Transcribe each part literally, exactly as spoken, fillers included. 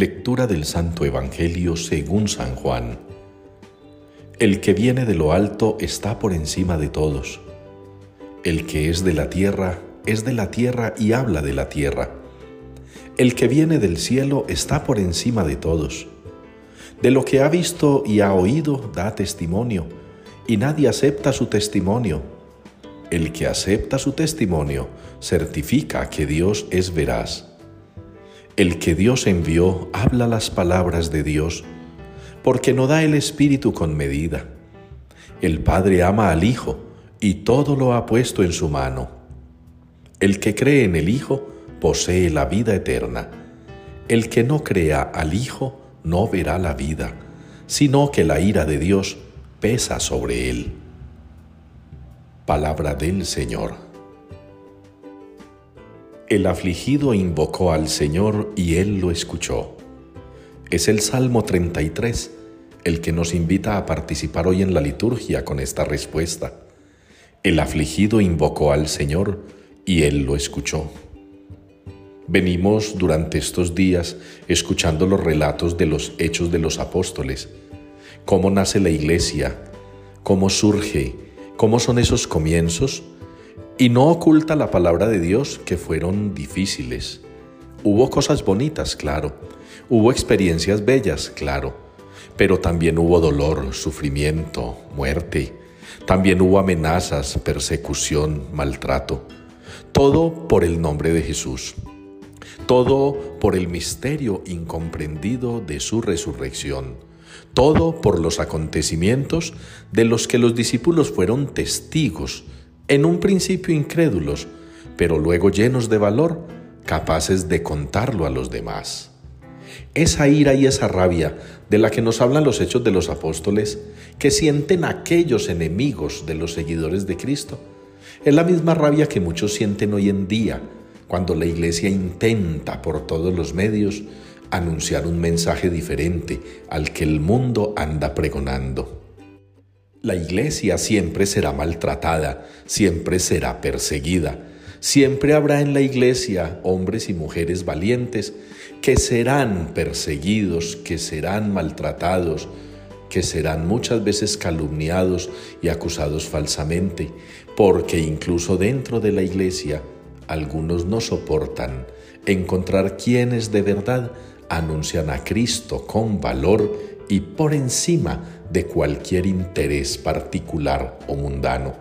Lectura del Santo Evangelio según San Juan. El que viene de lo alto está por encima de todos. El que es de la tierra es de la tierra y habla de la tierra. El que viene del cielo está por encima de todos. De lo que ha visto y ha oído da testimonio, y nadie acepta su testimonio. El que acepta su testimonio certifica que Dios es veraz. El que Dios envió habla las palabras de Dios, porque no da el Espíritu con medida. El Padre ama al Hijo, y todo lo ha puesto en su mano. El que cree en el Hijo posee la vida eterna. El que no crea al Hijo no verá la vida, sino que la ira de Dios pesa sobre él. Palabra del Señor. El afligido invocó al Señor y Él lo escuchó. Es el Salmo treinta y tres el que nos invita a participar hoy en la liturgia con esta respuesta. El afligido invocó al Señor y Él lo escuchó. Venimos durante estos días escuchando los relatos de los hechos de los apóstoles, cómo nace la iglesia, cómo surge, cómo son esos comienzos. Y no oculta la palabra de Dios que fueron difíciles. Hubo cosas bonitas, claro. Hubo experiencias bellas, claro. Pero también hubo dolor, sufrimiento, muerte. También hubo amenazas, persecución, maltrato. Todo por el nombre de Jesús. Todo por el misterio incomprendido de su resurrección. Todo por los acontecimientos de los que los discípulos fueron testigos, en un principio incrédulos, pero luego llenos de valor, capaces de contarlo a los demás. Esa ira y esa rabia de la que nos hablan los hechos de los apóstoles, que sienten aquellos enemigos de los seguidores de Cristo, es la misma rabia que muchos sienten hoy en día, cuando la iglesia intenta por todos los medios anunciar un mensaje diferente al que el mundo anda pregonando. La iglesia siempre será maltratada, siempre será perseguida. Siempre habrá en la iglesia hombres y mujeres valientes que serán perseguidos, que serán maltratados, que serán muchas veces calumniados y acusados falsamente, porque incluso dentro de la iglesia algunos no soportan encontrar quienes de verdad anuncian a Cristo con valor y por encima de cualquier interés particular o mundano.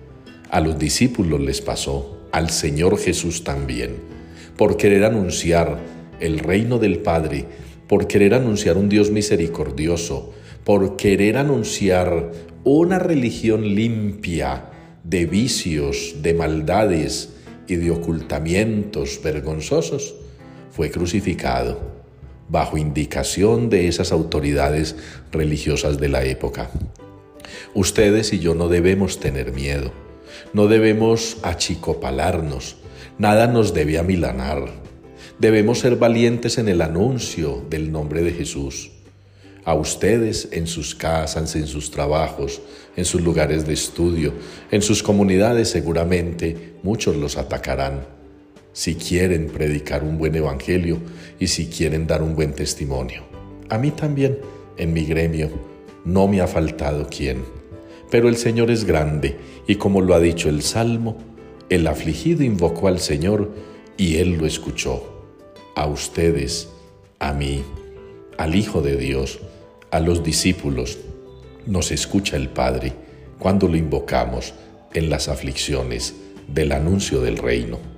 A los discípulos les pasó, al Señor Jesús también, por querer anunciar el reino del Padre, por querer anunciar un Dios misericordioso, por querer anunciar una religión limpia de vicios, de maldades y de ocultamientos vergonzosos, fue crucificado bajo indicación de esas autoridades religiosas de la época. Ustedes y yo no debemos tener miedo, no debemos achicopalarnos, nada nos debe amilanar. Debemos ser valientes en el anuncio del nombre de Jesús. A ustedes en sus casas, en sus trabajos, en sus lugares de estudio, en sus comunidades seguramente muchos los atacarán, si quieren predicar un buen evangelio y si quieren dar un buen testimonio. A mí también, en mi gremio, no me ha faltado quien. Pero el Señor es grande y como lo ha dicho el Salmo, el afligido invocó al Señor y Él lo escuchó. A ustedes, a mí, al Hijo de Dios, a los discípulos, nos escucha el Padre cuando lo invocamos en las aflicciones del anuncio del reino.